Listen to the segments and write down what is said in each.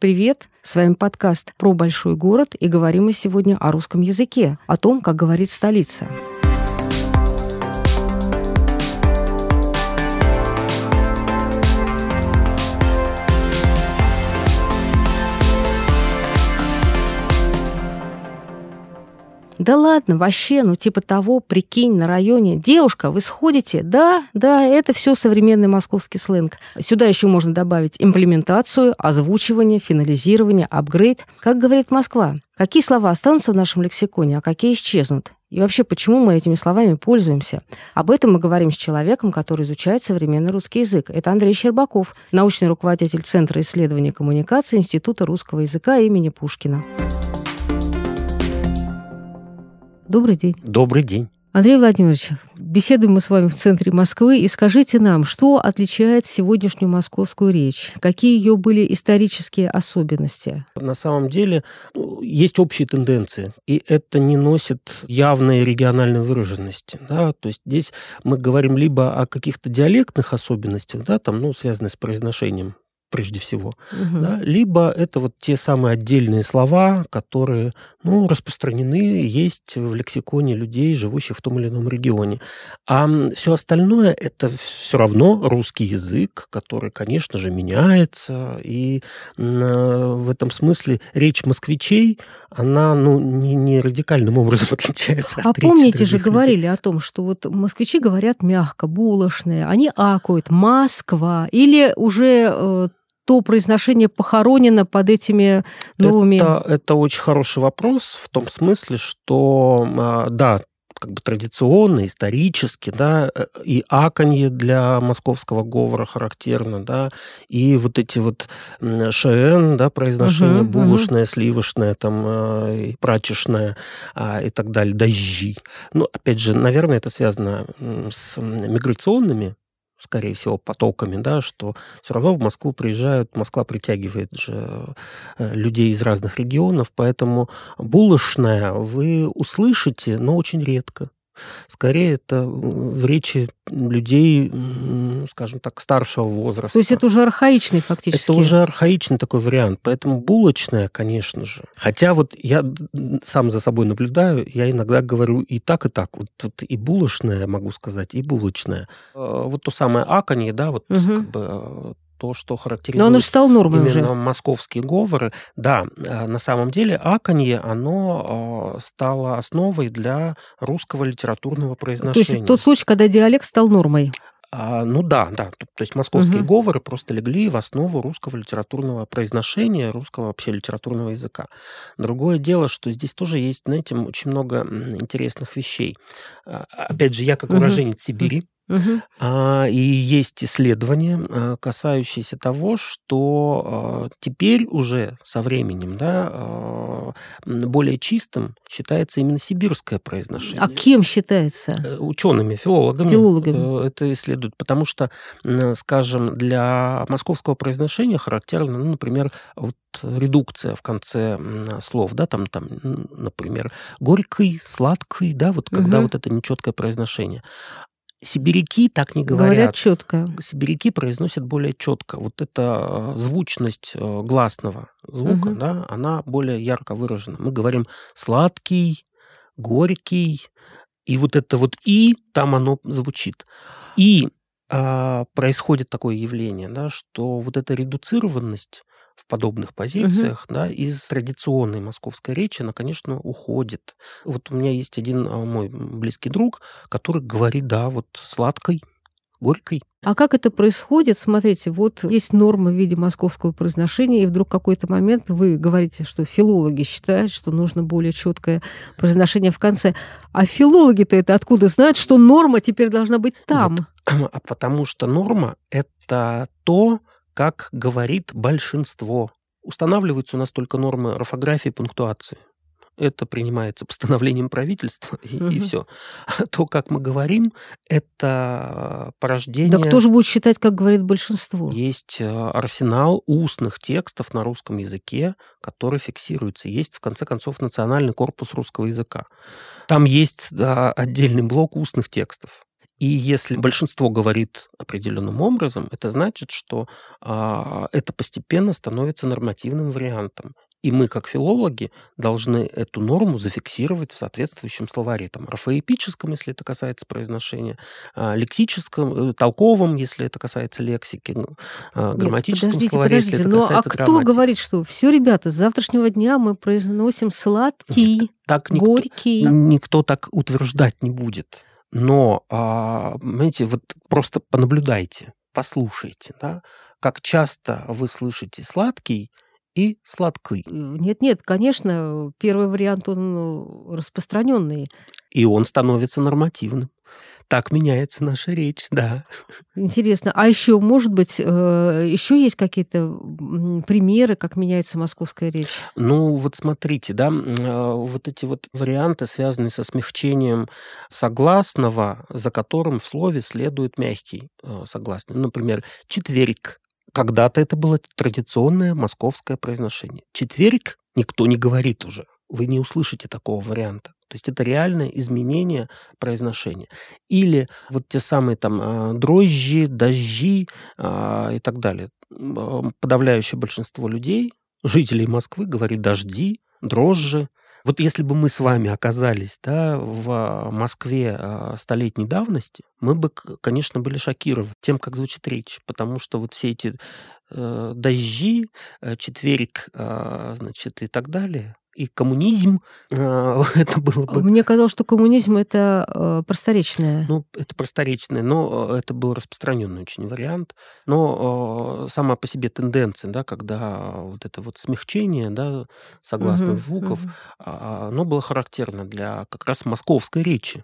Привет! С вами подкаст про большой город, и говорим мы сегодня о русском языке, о том, как говорит столица. Да ладно, вообще, типа того, прикинь, на районе. Девушка, вы сходите? Да, это все современный московский сленг. Сюда еще можно добавить имплементацию, озвучивание, финализирование, апгрейд. Как говорит Москва? Какие слова останутся в нашем лексиконе, а какие исчезнут? И вообще, почему мы этими словами пользуемся? Об этом мы говорим с человеком, который изучает современный русский язык. Это Андрей Щербаков, научный руководитель Центра исследований коммуникации Института русского языка имени Пушкина. Добрый день. Добрый день. Андрей Владимирович, беседуем мы с вами в центре Москвы, и скажите нам, что отличает сегодняшнюю московскую речь? Какие ее были исторические особенности? На самом деле есть общие тенденции, и это не носит явной региональной выраженности. Да? То есть здесь мы говорим либо о каких-то диалектных особенностях, да, связанных с произношением, прежде всего, да, либо это вот те самые отдельные слова, которые распространены, есть в лексиконе людей, живущих в том или ином регионе. А все остальное – это все равно русский язык, который, конечно же, меняется, и в этом смысле речь москвичей, она не радикальным образом отличается от речи помните же, людей. говорили о том, что вот москвичи говорят мягко, булочные, они акают «Москва», или уже то произношение похоронено под этими новыми... Это очень хороший вопрос в том смысле, что, да, как бы традиционно, исторически, да, и аканье для московского говора характерно, да, и вот эти вот ШН, да, произношение булочное, сливочное, и прачечное, и так далее, дожди. Опять же, наверное, это связано с миграционными, скорее всего, потоками, да, что все равно в Москву приезжают, Москва притягивает же людей из разных регионов, поэтому булочное вы услышите, но очень редко. Скорее, это в речи людей, скажем так, старшего возраста. То есть это уже архаичный фактически? Это уже архаичный такой вариант. Поэтому булочное, конечно же. Хотя вот я сам за собой наблюдаю, я иногда говорю и так, и так. Вот и булочное, могу сказать, и булочное. Вот то самое аканье, да, как бы... то, что характеризует но оно же стало нормой именно уже. Московские говоры. Да, на самом деле аканье, оно стало основой для русского литературного произношения. То есть тот случай, когда диалект стал нормой. Да. То есть московские говоры просто легли в основу русского литературного произношения, русского вообще литературного языка. Другое дело, что здесь тоже есть, знаете, очень много интересных вещей. Опять же, я как уроженец Сибири, и есть исследования, касающиеся того, что теперь уже со временем, да, более чистым считается именно сибирское произношение. А кем считается? Учеными, филологами. Это исследуют, потому что, скажем, для московского произношения характерно, например, вот редукция в конце слов, да, например, горький, сладкий, да, вот когда вот это нечеткое произношение. Сибиряки так не говорят. Говорят четко. Сибиряки произносят более четко. Вот эта звучность гласного звука, да, она более ярко выражена. Мы говорим сладкий, горький, и вот это вот «и», там оно звучит. И происходит такое явление, да, что вот эта редуцированность в подобных позициях, да, из традиционной московской речи, она, конечно, уходит. Вот у меня есть один мой близкий друг, который говорит, да, вот сладкой, горькой. А как это происходит? Смотрите, вот есть норма в виде московского произношения, и вдруг в какой-то момент вы говорите, что филологи считают, что нужно более четкое произношение в конце. А филологи-то это откуда знают, что норма теперь должна быть там? Потому что норма – это то, как говорит большинство. Устанавливаются у нас только нормы орфографии и пунктуации. Это принимается постановлением правительства, и все. А то, как мы говорим, это порождение... Да кто же будет считать, как говорит большинство? Есть арсенал устных текстов на русском языке, который фиксируется. Есть, в конце концов, Национальный корпус русского языка. Там есть отдельный блок устных текстов. И если большинство говорит определенным образом, это значит, что это постепенно становится нормативным вариантом. И мы, как филологи, должны эту норму зафиксировать в соответствующем словаре. Там, орфоэпическом, если это касается произношения, лексическом, толковом, если это касается лексики, грамматическом словаре, если это касается грамматики. Кто говорит, что все, ребята, с завтрашнего дня мы произносим сладкий, горький? Никто так утверждать не будет. Но, понимаете, вот просто понаблюдайте, послушайте, да, как часто вы слышите сладкий и сладкий. Нет, конечно, первый вариант, он распространенный. И он становится нормативным. Так меняется наша речь, да. Интересно. А еще, может быть, еще есть какие-то примеры, как меняется московская речь? Ну, вот смотрите, да, вот эти вот варианты, связанные со смягчением согласного, за которым в слове следует мягкий согласный. Например, четверик. Когда-то это было традиционное московское произношение. Четверик никто не говорит уже. Вы не услышите такого варианта. То есть это реальное изменение произношения. Или вот те самые там дрожжи, дожди и так далее. Подавляющее большинство людей, жителей Москвы, говорит дожди, дрожжи. Вот если бы мы с вами оказались, да, в Москве столетней давности, мы бы, конечно, были шокированы тем, как звучит речь, потому что вот все эти дожди, четверик, значит, и так далее, и коммунизм, это было бы... Мне казалось, что коммунизм – это просторечное. Ну, это просторечное, но это был распространенный очень вариант. Но сама по себе тенденция, да, когда вот это вот смягчение, да, согласных звуков, оно было характерно для как раз московской речи.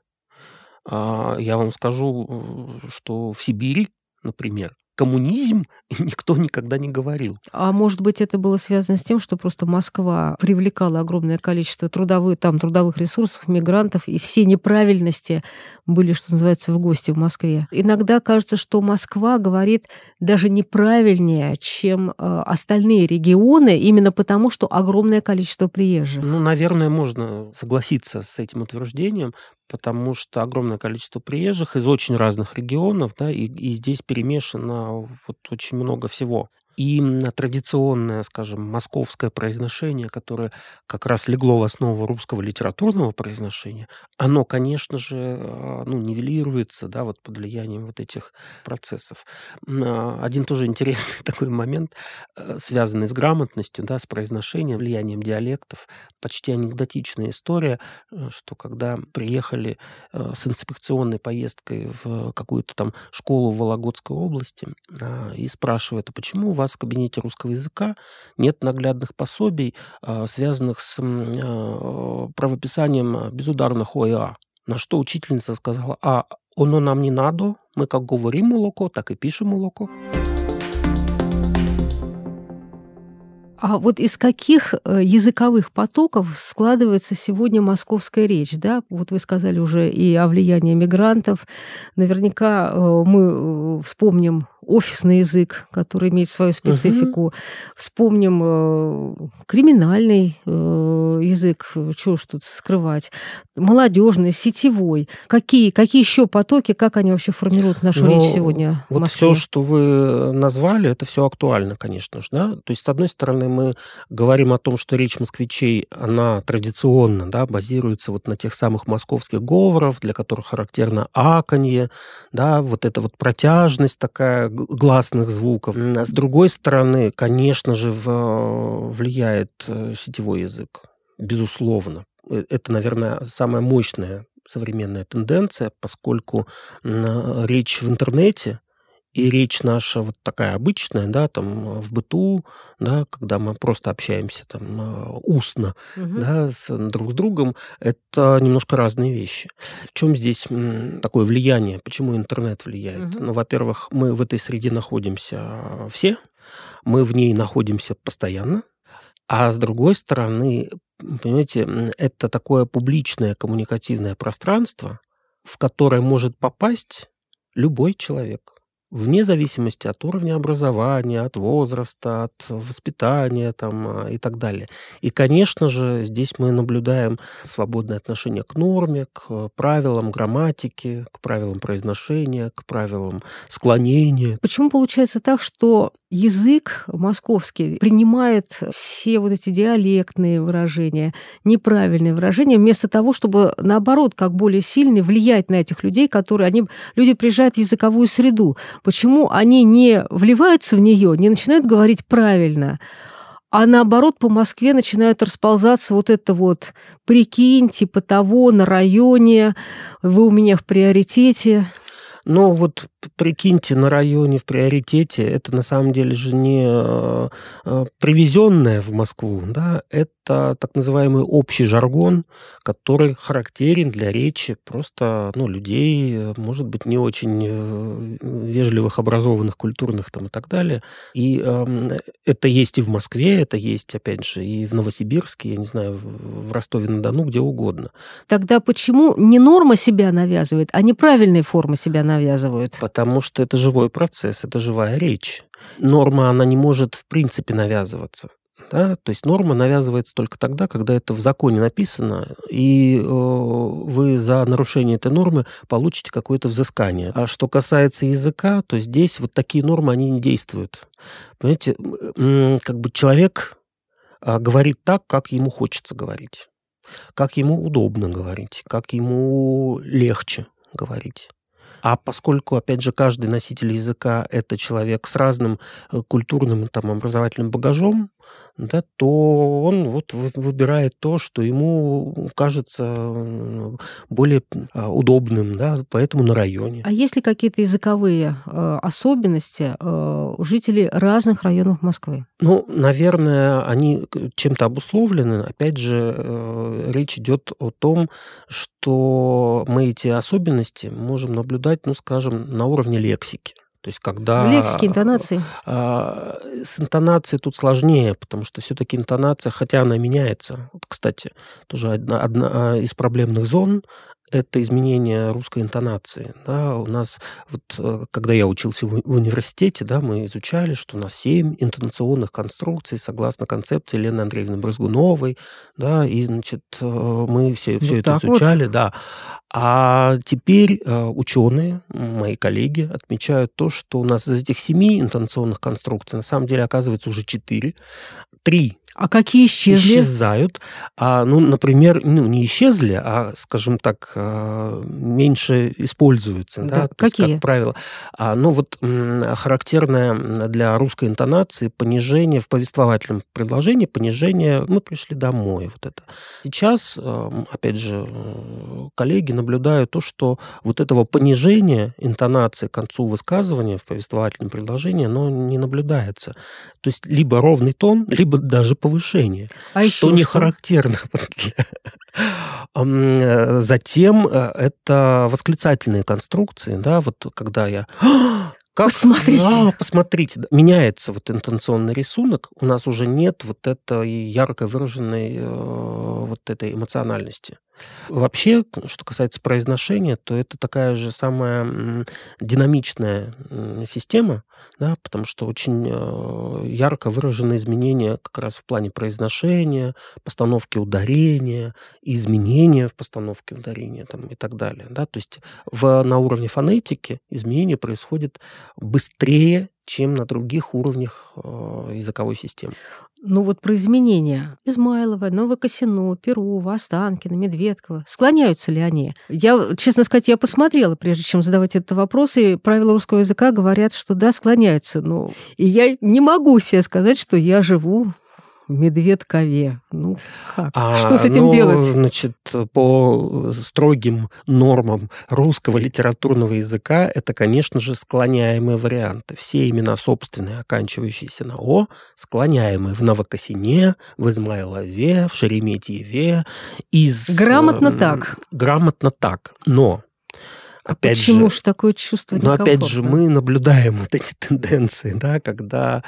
Я вам скажу, что в Сибири, например, коммунизм никто никогда не говорил. А может быть, это было связано с тем, что просто Москва привлекала огромное количество трудовых ресурсов, мигрантов, и все неправильности были, что называется, в гости в Москве. Иногда кажется, что Москва говорит даже неправильнее, чем остальные регионы, именно потому, что огромное количество приезжих. Ну, наверное, можно согласиться с этим утверждением, потому что огромное количество приезжих из очень разных регионов, да, и здесь перемешано вот очень много всего. И традиционное, скажем, московское произношение, которое как раз легло в основу русского литературного произношения, оно, конечно же, нивелируется, да, вот под влиянием вот этих процессов. Один тоже интересный такой момент, связанный с грамотностью, да, с произношением, влиянием диалектов. Почти анекдотичная история, что когда приехали с инспекционной поездкой в какую-то там школу в Вологодской области и спрашивают, а почему у вас в кабинете русского языка нет наглядных пособий, связанных с правописанием безударных ОЭА? На что учительница сказала, оно нам не надо, мы как говорим молоко, так и пишем молоко. А вот из каких языковых потоков складывается сегодня московская речь? Да? Вот вы сказали уже и о влиянии мигрантов. Наверняка мы вспомним офисный язык, который имеет свою специфику. Вспомним криминальный язык, чего ж тут скрывать. Молодежный, сетевой. Какие еще потоки, как они вообще формируют нашу речь сегодня в вот Москве? Все, что вы назвали, это все актуально, конечно же. Да? То есть, с одной стороны, мы говорим о том, что речь москвичей, она традиционно, да, базируется вот на тех самых московских говорах, для которых характерно аканье, да, вот эта вот протяжность такая гласных звуков. А с другой стороны, конечно же, влияет сетевой язык, безусловно. Это, наверное, самая мощная современная тенденция, поскольку речь в интернете и речь наша вот такая обычная, да, там в быту, да, когда мы просто общаемся там устно, да, друг с другом, это немножко разные вещи. В чем здесь такое влияние? Почему интернет влияет? Ну, во-первых, мы в этой среде находимся все, мы в ней находимся постоянно, а с другой стороны, понимаете, это такое публичное коммуникативное пространство, в которое может попасть любой человек. вне зависимости от уровня образования, от возраста, от воспитания там, и так далее. И, конечно же, здесь мы наблюдаем свободное отношение к норме, к правилам грамматики, к правилам произношения, к правилам склонения. Почему получается так, что язык московский принимает все вот эти диалектные выражения, неправильные выражения, вместо того, чтобы, наоборот, как более сильно влиять на этих людей, люди приезжают в языковую среду. Почему они не вливаются в нее, не начинают говорить правильно, а наоборот по Москве начинают расползаться вот это вот «прикинь», типа того, на районе, вы у меня в приоритете. Но вот прикиньте, на районе в приоритете, это на самом деле же не привезенное в Москву, да, это так называемый общий жаргон, который характерен для речи просто людей, может быть, не очень вежливых, образованных, культурных там и так далее. И это есть и в Москве, это есть, опять же, и в Новосибирске, я не знаю, в Ростове-на-Дону, где угодно. Тогда почему не норма себя навязывает, а неправильные формы себя навязывают? Потому что это живой процесс, это живая речь. Норма, она не может в принципе навязываться. Да? То есть норма навязывается только тогда, когда это в законе написано, и вы за нарушение этой нормы получите какое-то взыскание. А что касается языка, то здесь вот такие нормы, они не действуют. Понимаете, как бы человек говорит так, как ему хочется говорить, как ему удобно говорить, как ему легче говорить. А поскольку, опять же, каждый носитель языка – это человек с разным культурным образовательным багажом, да, то он выбирает то, что ему кажется более удобным, да, поэтому на районе. А есть ли какие-то языковые особенности у жителей разных районов Москвы? Наверное, они чем-то обусловлены. Опять же, речь идет о том, что мы эти особенности можем наблюдать, скажем, на уровне лексики. То есть, когда... Лексики, интонации? С интонацией тут сложнее, потому что все-таки интонация, хотя она меняется. Вот, кстати, тоже одна из проблемных зон – это изменение русской интонации. Да, у нас, когда я учился в университете, да, мы изучали, что у нас 7 интонационных конструкций согласно концепции Елены Андреевны Брызгуновой, да, и, значит, мы все это изучали, да. А теперь ученые, мои коллеги, отмечают то, что у нас из этих 7 интонационных конструкций на самом деле оказывается уже 4. 3 А какие исчезают. Например, не исчезли, а, скажем так, меньше используются. Да? Какие? Есть, как правило. Характерное для русской интонации понижение в повествовательном предложении, понижение «мы пришли домой». Вот это. Сейчас, опять же, коллеги наблюдают то, что вот этого понижения интонации к концу высказывания в повествовательном предложении, оно не наблюдается. То есть либо ровный тон, либо даже повышение, что не характерно. Затем это восклицательные конструкции, да, вот когда я... Посмотрите, меняется интонационный рисунок, у нас уже нет вот этой ярко выраженной вот этой эмоциональности. Вообще, что касается произношения, то это такая же самая динамичная система, да, потому что очень ярко выражены изменения как раз в плане произношения, постановки ударения, изменения в постановке ударения там, и так далее. Да. То есть на уровне фонетики изменения происходят быстрее, чем на других уровнях языковой системы. Про изменения Измайлова, Новокосино, Перова, Останкина, Медведкова. Склоняются ли они? Я, честно сказать, я посмотрела, прежде чем задавать этот вопрос, и правила русского языка говорят, что да, склоняются. И я не могу себе сказать, что я живу в Медведкове. Как? Что с этим делать? Значит, по строгим нормам русского литературного языка это, конечно же, склоняемые варианты. Все имена собственные, оканчивающиеся на «о», склоняемые в Новокосине, в Измайлове, в Шереметьеве. Грамотно так. Грамотно так. Но Почему же такое чувство некомфортно? Но опять же, мы наблюдаем вот эти тенденции, да, когда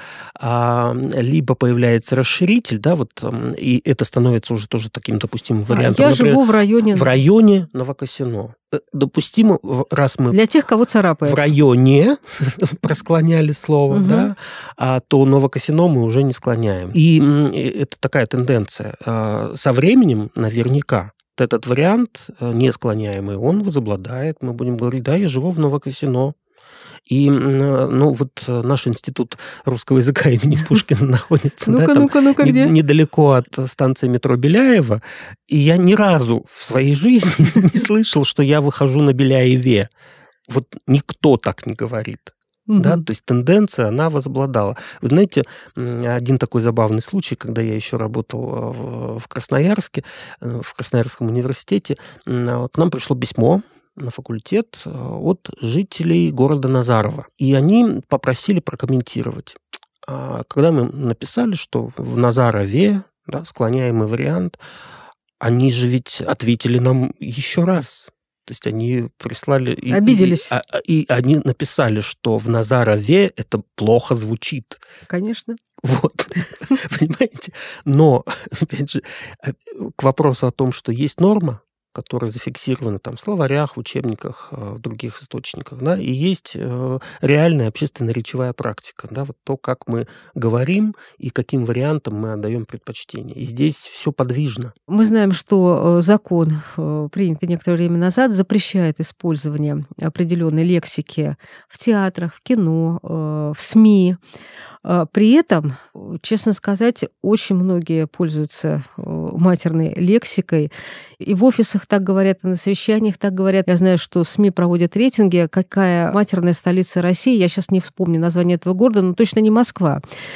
либо появляется расширитель, да, вот, и это становится уже тоже таким допустимым вариантом. Я живу в районе... В районе Новокосино. Допустимо, раз мы... Для тех, кого царапает. В районе просклоняли слово, да, то Новокосино мы уже не склоняем. И это такая тенденция. Со временем наверняка этот вариант несклоняемый, он возобладает. Мы будем говорить, да, я живу в Новокосино. И, ну, вот наш институт русского языка имени Пушкина находится недалеко от станции метро Беляева. И я ни разу в своей жизни не слышал, что я выхожу на Беляеве. Вот никто так не говорит. Да, то есть тенденция, она возобладала. Вы знаете, один такой забавный случай, когда я еще работал в Красноярске, в Красноярском университете, к нам пришло письмо на факультет от жителей города Назарово. И они попросили прокомментировать. Когда мы написали, что в Назарове, да, склоняемый вариант, они же ведь ответили нам еще раз. То есть они прислали... Обиделись. И они написали, что в Назарове это плохо звучит. Конечно. Вот. Понимаете? Но, опять же, к вопросу о том, что есть норма, которые зафиксированы там в словарях, в учебниках, в других источниках, да, и есть реальная общественно-речевая практика, да, вот то, как мы говорим и каким вариантам мы отдаем предпочтение. И здесь все подвижно. Мы знаем, что закон, принятый некоторое время назад, запрещает использование определенной лексики в театрах, в кино, в СМИ. При этом, честно сказать, очень многие пользуются матерной лексикой. И в офисах так говорят, и на совещаниях так говорят. Я знаю, что СМИ проводят рейтинги, какая матерная столица России. Я сейчас не вспомню название этого города, но точно не Москва.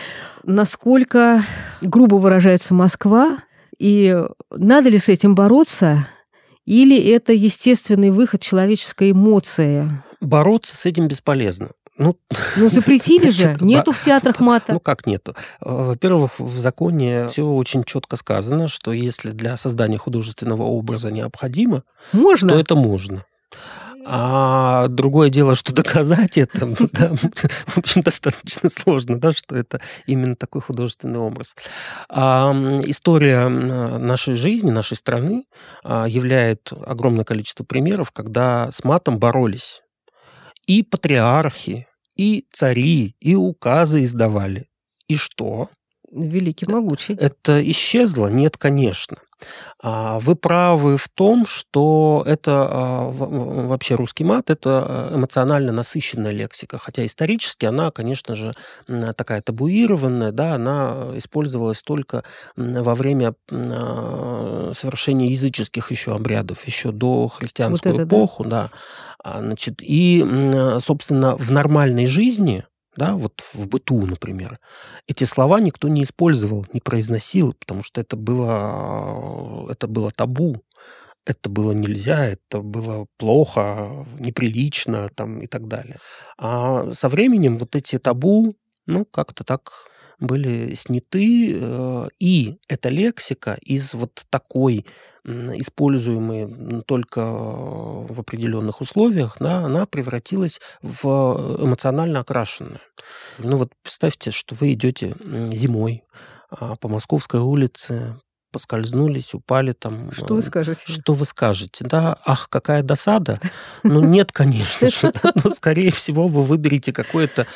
Насколько грубо выражается Москва, и надо ли с этим бороться, или это естественный выход человеческой эмоции? Бороться с этим бесполезно. Ну, запретили же. Нету в театрах мата. Ну, как нету? Во-первых, в законе все очень четко сказано, что если для создания художественного образа необходимо, то это можно. А другое дело, что доказать это, да, в общем, достаточно сложно, да, что это именно такой художественный образ. История нашей жизни, нашей страны являет огромное количество примеров, когда с матом боролись. И патриархи, и цари, и указы издавали. И что? Великий, могучий. Это исчезло? Нет, конечно. Вы правы в том, что это вообще русский мат, это эмоционально насыщенная лексика, хотя исторически она, конечно же, такая табуированная, да, она использовалась только во время совершения языческих еще обрядов, еще до христианскую вот эпоху, да. Значит, и, собственно, в нормальной жизни, да, вот в быту, например, эти слова никто не использовал, не произносил, потому что это было табу, это было нельзя, это было плохо, неприлично там, и так далее. А со временем вот эти табу, ну, как-то так были сняты, и эта лексика из вот такой, используемой только в определенных условиях, да, она превратилась в эмоционально окрашенную. Ну вот представьте, что вы идете зимой по Московской улице, поскользнулись, упали там. Что вы скажете? Что вы скажете? Да, ах, какая досада. Ну, нет, конечно же. Но, скорее всего, вы выберете какое-то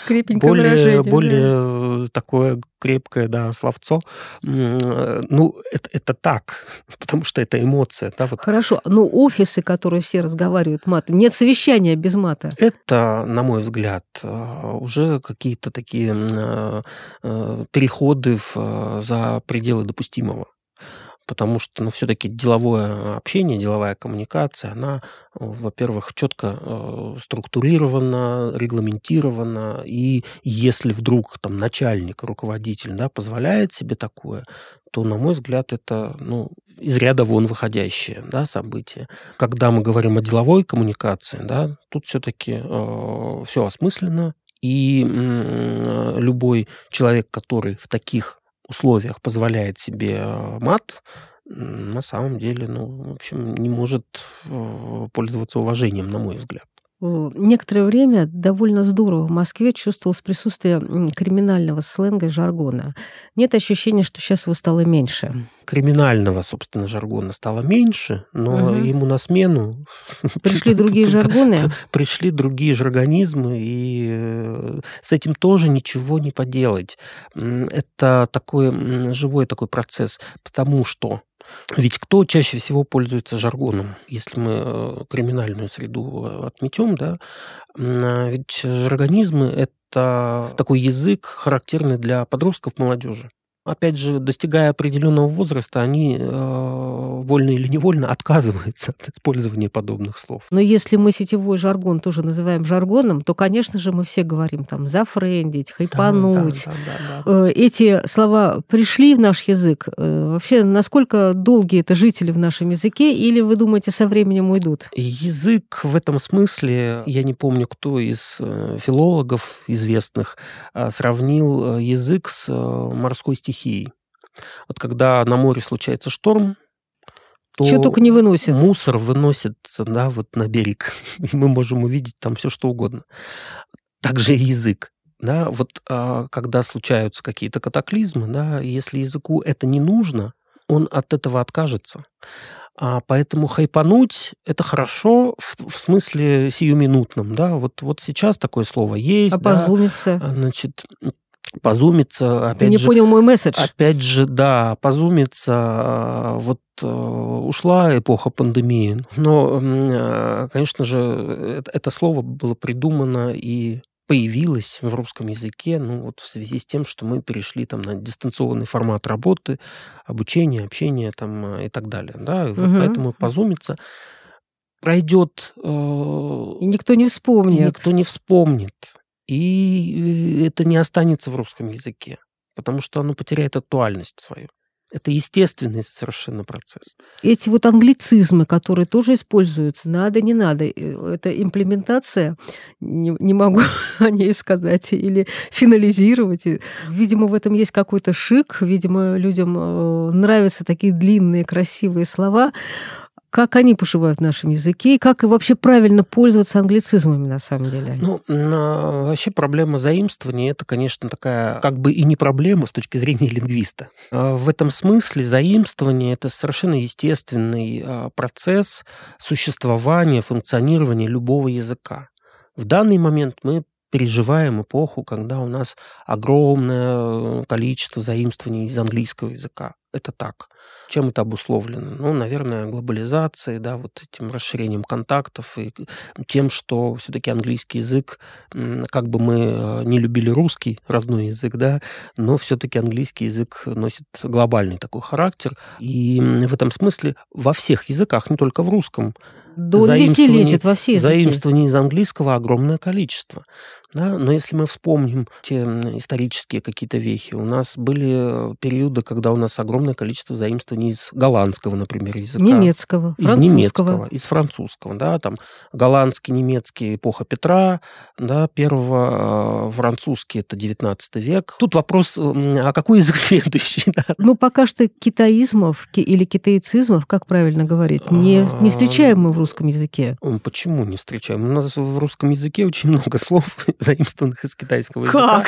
более такое крепкое, да, словцо. Ну, это так, потому что это эмоция. Да, вот. Хорошо, но офисы, которые все разговаривают матом, нет совещания без мата. Это, на мой взгляд, уже какие-то такие переходы за пределы допустимого. Потому что, ну, все-таки деловое общение, деловая коммуникация, она, во-первых, четко структурирована, регламентирована, и если вдруг там начальник, руководитель, да, позволяет себе такое, то, на мой взгляд, это, ну, из ряда вон выходящее, да, событие. Когда мы говорим о деловой коммуникации, да, тут все-таки все осмысленно, и любой человек, который в таких условиях позволяет себе мат, на самом деле, ну, в общем, не может пользоваться уважением, на мой взгляд. Некоторое время довольно здорово в Москве чувствовалось присутствие криминального сленга и жаргона. Нет ощущения, что сейчас его стало меньше? Криминального, собственно, жаргона стало меньше, но ему на смену пришли другие жаргоны. Пришли другие жаргонизмы, и с этим тоже ничего не поделать. Это такой живой такой процесс, потому что ведь кто чаще всего пользуется жаргоном, если мы криминальную среду отметем, да? Ведь жаргонизмы – это такой язык, характерный для подростков, молодежи. Опять же, достигая определенного возраста, они вольно или невольно отказываются от использования подобных слов. Но если мы сетевой жаргон тоже называем жаргоном, то, конечно же, мы все говорим там зафрендить, хайпануть. Да. Эти слова пришли в наш язык. Вообще, насколько долгие это жители в нашем языке, или вы думаете, со временем уйдут? Язык в этом смысле, я не помню, кто из филологов известных сравнил язык с морской стихией. Вот когда на море случается шторм, то что только не выносит. Мусор выносится, да, вот на берег, и мы можем увидеть там все что угодно. Также и язык. Да, вот когда случаются какие-то катаклизмы, да, если языку это не нужно, он от этого откажется. Поэтому хайпануть – это хорошо в смысле сиюминутном. Да? Вот сейчас такое слово есть. Позумиться. Да, значит, позумиться, опять Ты не же, понял мой месседж. Опять же, да, позумиться. Вот ушла эпоха пандемии, но, конечно же, это слово было придумано и появилось в русском языке, вот в связи с тем, что мы перешли там на дистанционный формат работы, обучения, общения там, и так далее. Да? И вот поэтому позумиться пройдет... И никто не вспомнит. И это не останется в русском языке, потому что оно потеряет актуальность свою. Это естественный совершенно процесс. Эти вот англицизмы, которые тоже используются, надо, не надо, это имплементация, не могу о ней сказать, или финализировать. Видимо, в этом есть какой-то шик, видимо, людям нравятся такие длинные, красивые слова. Как они поживают в нашем языке, и как вообще правильно пользоваться англицизмами на самом деле? Вообще проблема заимствования – это, конечно, такая как бы и не проблема с точки зрения лингвиста. В этом смысле заимствование – это совершенно естественный процесс существования, функционирования любого языка. В данный момент мы переживаем эпоху, когда у нас огромное количество заимствований из английского языка. Это так. Чем это обусловлено? Наверное, глобализацией, да, вот этим расширением контактов и тем, что все-таки английский язык, как бы мы не любили русский, родной язык, да, но все-таки английский язык носит глобальный такой характер. И в этом смысле во всех языках, не только в русском, да он везде лезет, во все языки. Заимствований из английского огромное количество. Да? Но если мы вспомним те исторические какие-то вехи, у нас были периоды, когда у нас огромное количество заимствований из голландского, например, языка. Немецкого, из французского. Немецкого, из французского. Да? Там голландский, немецкий, эпоха Петра, да, первого, французский, это 19 век. Тут вопрос, а какой язык следующий? Да? Пока что китаизмов или китаицизмов, как правильно говорить, не встречаем мы в русском языке. Почему не встречаем? У нас в русском языке очень много слов, заимствованных из китайского языка.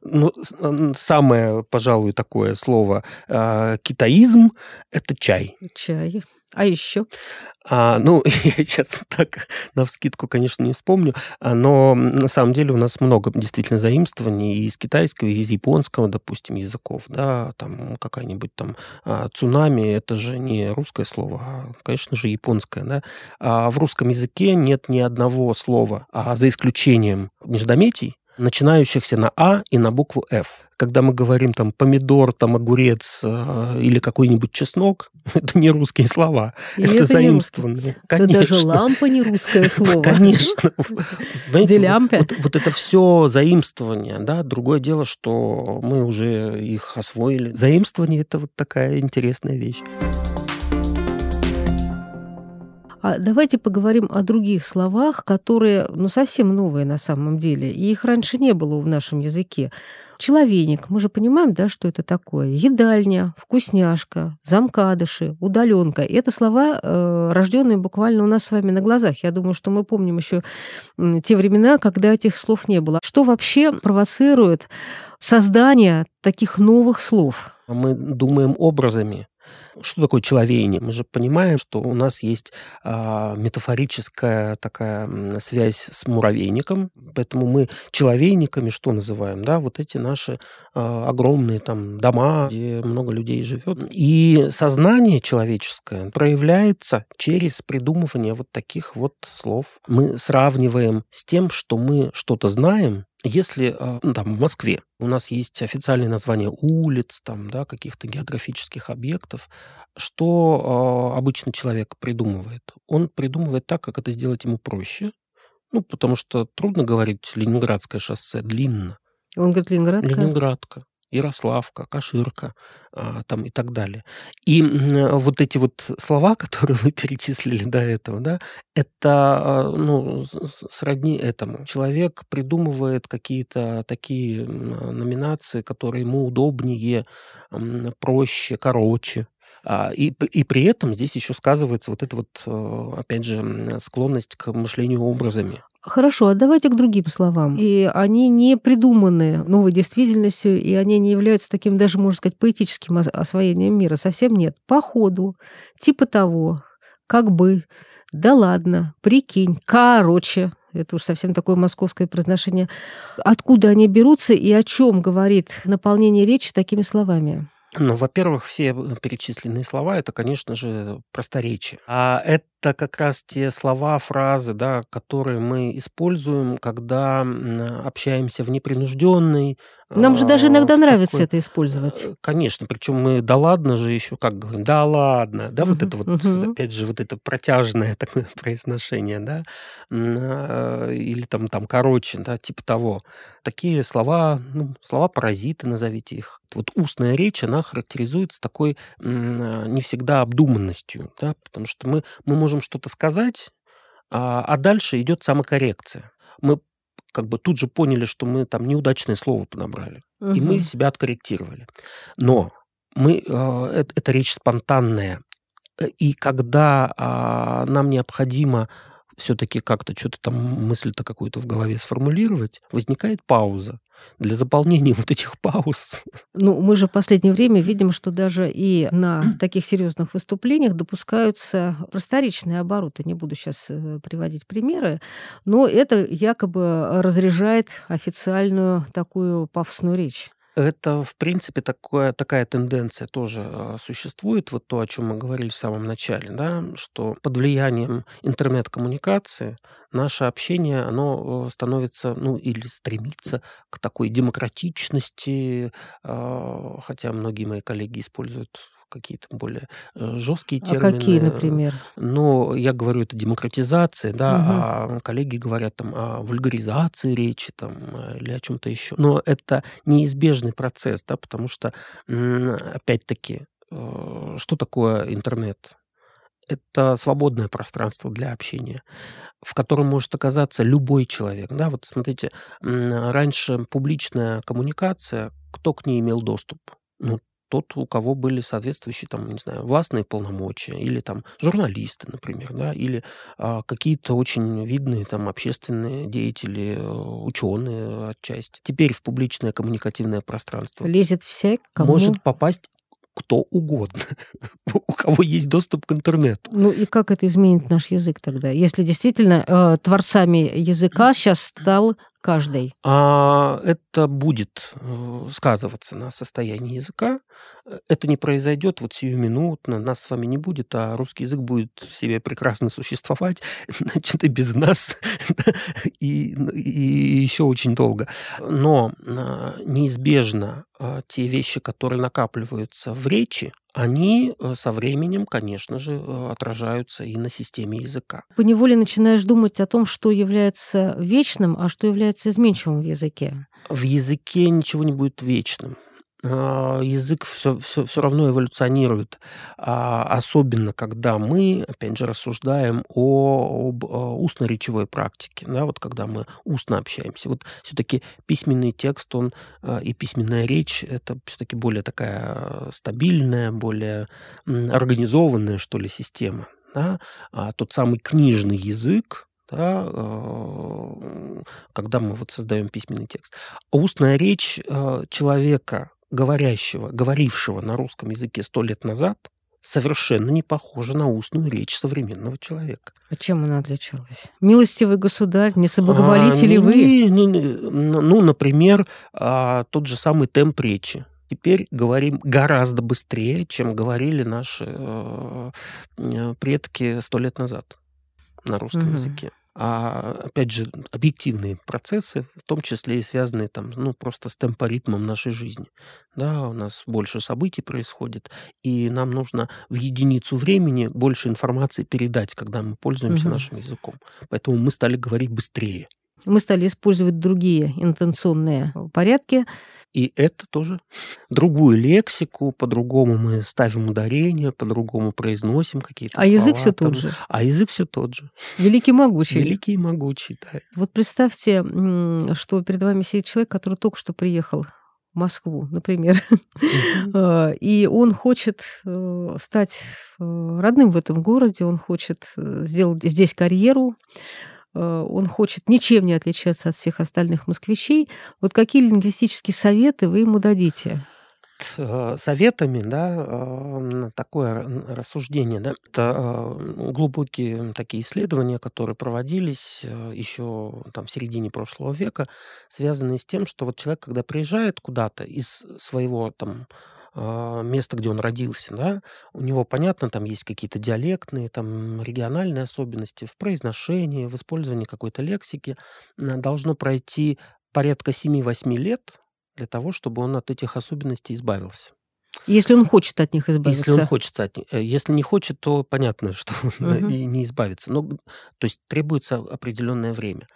Как? Самое, пожалуй, такое слово китаизм – это чай. Чай. А еще? Я сейчас так навскидку, конечно, не вспомню, но на самом деле у нас много действительно заимствований и из китайского, и из японского, допустим, языков. Да, там какая-нибудь там цунами – это же не русское слово, а, конечно же, японское. Да? А в русском языке нет ни одного слова, за исключением междометий, начинающихся на «а» и на букву «ф». Когда мы говорим там помидор, там огурец или какой-нибудь чеснок, это не русские слова, это заимствованные. Да даже лампа не русское слово. Конечно. Делямпе. Вот это все заимствование, да. Другое дело, что мы уже их освоили. Заимствование – это вот такая интересная вещь. А давайте поговорим о других словах, которые, совсем новые на самом деле, и их раньше не было в нашем языке. Человейник. Мы же понимаем, да, что это такое. Едальня, вкусняшка, замкадыши, удаленка. Это слова, рожденные буквально у нас с вами на глазах. Я думаю, что мы помним еще те времена, когда этих слов не было. Что вообще провоцирует создание таких новых слов? Мы думаем образами. Что такое человейник? Мы же понимаем, что у нас есть метафорическая такая связь с муравейником, поэтому мы человейниками что называем? Да, вот эти наши огромные там дома, где много людей живет. И сознание человеческое проявляется через придумывание вот таких вот слов. Мы сравниваем с тем, что мы что-то знаем. Если там в Москве у нас есть официальные названия улиц, там, да, каких-то географических объектов, что обычно человек придумывает? Он придумывает так, как это сделать ему проще. Ну, потому что трудно говорить Ленинградское шоссе, длинно. Он говорит Ленинградка. Ленинградка, Ярославка, Каширка там и так далее. И вот эти вот слова, которые вы перечислили до этого, да, это сродни этому. Человек придумывает какие-то такие номинации, которые ему удобнее, проще, короче. И при этом здесь еще сказывается вот эта вот, опять же, склонность к мышлению образами. Хорошо, а давайте к другим словам. И они не придуманы новой действительностью, и они не являются таким даже, можно сказать, поэтическим освоением мира. Совсем нет. Походу, типа того, как бы, да ладно, прикинь, короче. Это уж совсем такое московское произношение. Откуда они берутся и о чем говорит наполнение речи такими словами? Ну, во-первых, все перечисленные слова – это, конечно же, просторечие. А это как раз те слова, фразы, да, которые мы используем, когда общаемся в непринужденной. Нам же даже иногда нравится это использовать. Конечно, причем мы «да ладно» же еще как говорим, «да ладно», да, вот это вот, опять же, вот это протяжное такое произношение, да, или там короче, да, типа того. Такие слова, слова-паразиты, назовите их. Вот устная речь, она характеризуется такой не всегда обдуманностью, да, потому что мы можем что-то сказать, а дальше идет самокоррекция. Мы как бы тут же поняли, что мы там неудачное слово подобрали, и мы себя откорректировали. Но это речь спонтанная, и когда нам необходимо все-таки как-то что-то там, мысль-то какую-то в голове сформулировать, возникает пауза. Для заполнения вот этих пауз. Ну, мы же в последнее время видим, что даже и на таких серьезных выступлениях допускаются просторечные обороты. Не буду сейчас приводить примеры, но это якобы разряжает официальную такую пафосную речь. Это, в принципе, такая тенденция тоже существует, вот то, о чем мы говорили в самом начале, да, что под влиянием интернет-коммуникации наше общение, оно становится, или стремится к такой демократичности, хотя многие мои коллеги используют какие-то более жесткие термины. А какие, например? Но я говорю, это демократизация, да, а коллеги говорят там о вульгаризации речи там, или о чем-то еще. Но это неизбежный процесс, да, потому что, опять-таки, что такое интернет? Это свободное пространство для общения, в котором может оказаться любой человек. Да? Вот смотрите, раньше публичная коммуникация, кто к ней имел доступ? Тот, у кого были соответствующие, там, не знаю, властные полномочия, или там журналисты, например, да, или какие-то очень видные там общественные деятели, ученые отчасти. Теперь в публичное коммуникативное пространство лезет кому может попасть кто угодно, у кого есть доступ к интернету. Ну и как это изменит наш язык тогда? Если действительно творцами языка сейчас стал каждый. Это будет сказываться на состоянии языка. Это не произойдет вот сиюминутно, нас с вами не будет, а русский язык будет себе прекрасно существовать, значит, и без нас, и еще очень долго. Но неизбежно те вещи, которые накапливаются в речи, они со временем, конечно же, отражаются и на системе языка. Поневоле начинаешь думать о том, что является вечным, а что является изменчивым в языке. В языке ничего не будет вечным. язык все равно эволюционирует, особенно когда мы, опять же, рассуждаем об устно-речевой практике, да, вот когда мы устно общаемся. Вот все-таки письменный текст, он и письменная речь, это все-таки более такая стабильная, более организованная, что ли, система. Да? А тот самый книжный язык, да, когда мы вот создаем письменный текст. Устная речь человека, говорившего на русском языке 100 лет назад, совершенно не похожа на устную речь современного человека. А чем она отличалась? Милостивый государь, не соблаговолите ли вы? Ну, например, тот же самый темп речи. Теперь говорим гораздо быстрее, чем говорили наши предки 100 лет назад на русском языке. А, опять же, объективные процессы, в том числе и связанные там, просто с темпоритмом нашей жизни. Да, у нас больше событий происходит, и нам нужно в единицу времени больше информации передать, когда мы пользуемся нашим языком. Поэтому мы стали говорить быстрее. Мы стали использовать другие интонационные порядки. И это тоже другую лексику, по-другому мы ставим ударение, по-другому произносим какие-то слова. А язык все тот же. А язык все тот же. Великий могучий. Великий и могучий, да. Вот представьте, что перед вами сидит человек, который только что приехал в Москву, например, и он хочет стать родным в этом городе, он хочет сделать здесь карьеру, он хочет ничем не отличаться от всех остальных москвичей. Вот какие лингвистические советы вы ему дадите? Советами, да, такое рассуждение, да, это глубокие такие исследования, которые проводились еще там в середине прошлого века, связанные с тем, что вот человек, когда приезжает куда-то из своего там место, где он родился, да, у него, понятно, там есть какие-то диалектные, там региональные особенности в произношении, в использовании какой-то лексики. Должно пройти порядка 7-8 лет для того, чтобы он от этих особенностей избавился. Если он хочет от них избавиться. Если он хочет от них. Если не хочет, то понятно, что и не избавится. То есть требуется определенное время.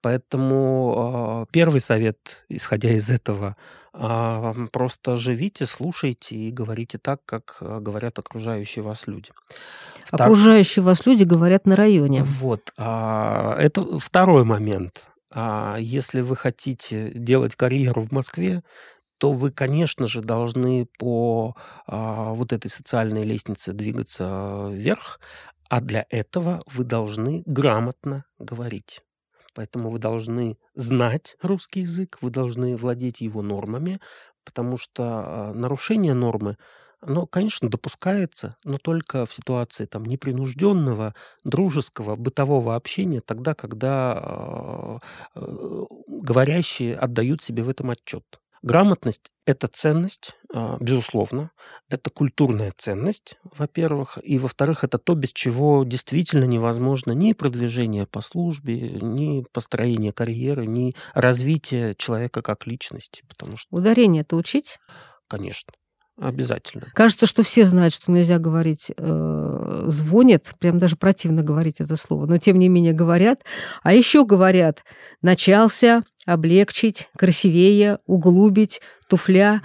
Поэтому первый совет, исходя из этого, просто живите, слушайте и говорите так, как говорят окружающие вас люди. Окружающие вас люди говорят на районе. Вот. Это второй момент. Если вы хотите делать карьеру в Москве, то вы, конечно же, должны по вот этой социальной лестнице двигаться вверх, а для этого вы должны грамотно говорить. Поэтому вы должны знать русский язык, вы должны владеть его нормами, потому что нарушение нормы, оно, конечно, допускается, но только в ситуации там непринужденного, дружеского, бытового общения, тогда, когда говорящие отдают себе в этом отчет. Грамотность – это ценность, безусловно, это культурная ценность, во-первых, и, во-вторых, это то, без чего действительно невозможно ни продвижение по службе, ни построение карьеры, ни развитие человека как личности. Потому что... Ударение-то учить? Конечно. Обязательно. Кажется, что все знают, что нельзя говорить «звонит», прям даже противно говорить это слово, но тем не менее говорят. А еще говорят «начался», «облегчить», «красивее», «углубить», «туфля».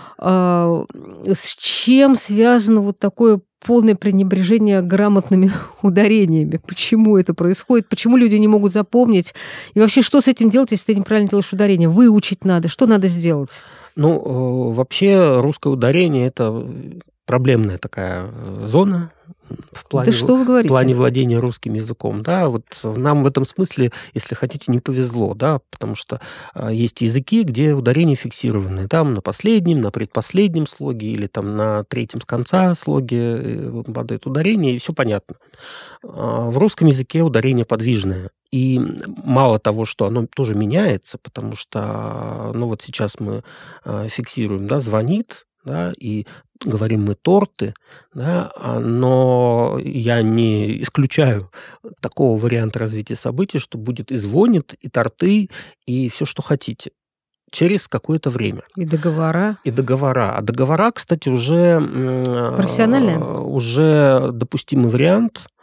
С чем связано вот такое полное пренебрежение грамотными ударениями? Почему это происходит? Почему люди не могут запомнить? И вообще, что с этим делать, если ты неправильно делаешь ударение? Выучить надо. Что надо сделать? Вообще русское ударение – это проблемная такая зона в плане владения русским языком. Да? Вот нам в этом смысле, если хотите, не повезло, да? Потому что есть языки, где ударения фиксированы. Там на последнем, на предпоследнем слоге или там на третьем с конца слоге падает ударение, и все понятно. В русском языке ударение подвижное. И мало того, что оно тоже меняется, потому что, вот сейчас мы фиксируем, да, звонит, да, и говорим мы торты, да, но я не исключаю такого варианта развития событий, что будет и звонит, и торты, и все, что хотите. Через какое-то время. И договора. А договора, кстати, уже... Профессиональные? Уже допустимый вариант.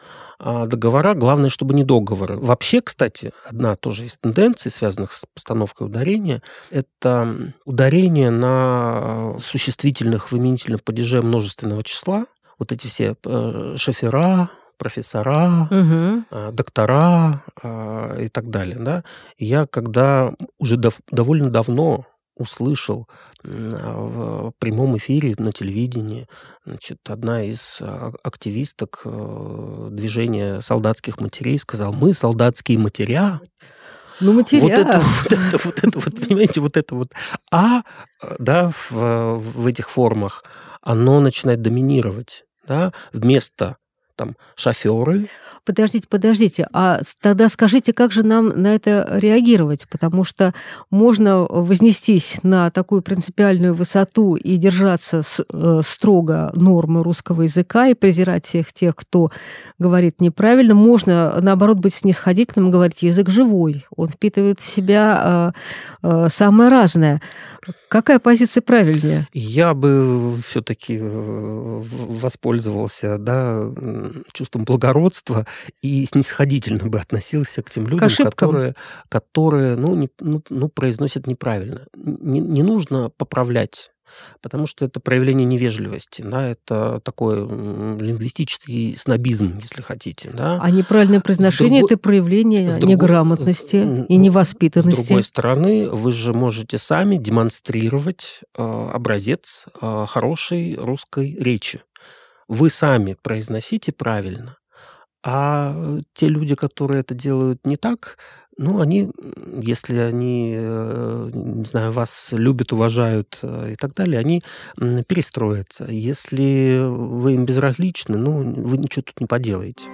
А договора, главное, чтобы не договоры. Вообще, кстати, одна тоже из тенденций, связанных с постановкой ударения, это ударение на существительных в именительном падеже множественного числа. Вот эти все шофера, профессора, доктора и так далее. Да? И я, когда уже довольно давно услышал в прямом эфире на телевидении, значит, одна из активисток движения солдатских матерей сказала: мы, солдатские матеря. Ну, матеря. Понимаете, вот это вот да, в этих формах, оно начинает доминировать, да, вместо там шоферы. Подождите, а тогда скажите, как же нам на это реагировать? Потому что можно вознестись на такую принципиальную высоту и держаться строго нормы русского языка и презирать всех тех, кто говорит неправильно. Можно, наоборот, быть снисходительным и говорить: язык живой, он впитывает в себя самое разное. Какая позиция правильнее? Я бы все-таки воспользовался, да, чувством благородства и снисходительно бы относился к тем людям, которые произносят неправильно. Не нужно поправлять, потому что это проявление невежливости, да, это такой лингвистический снобизм, если хотите. Да. А неправильное произношение – это проявление неграмотности и невоспитанности. С другой стороны, вы же можете сами демонстрировать образец хорошей русской речи. Вы сами произносите правильно, а те люди, которые это делают не так, они, если они, не знаю, вас любят, уважают и так далее, они перестроятся. Если вы им безразличны, вы ничего тут не поделаете.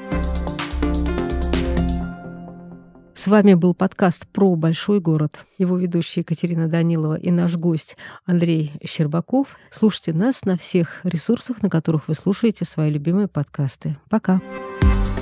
С вами был подкаст про большой город. Его ведущая Екатерина Данилова и наш гость Андрей Щербаков. Слушайте нас на всех ресурсах, на которых вы слушаете свои любимые подкасты. Пока.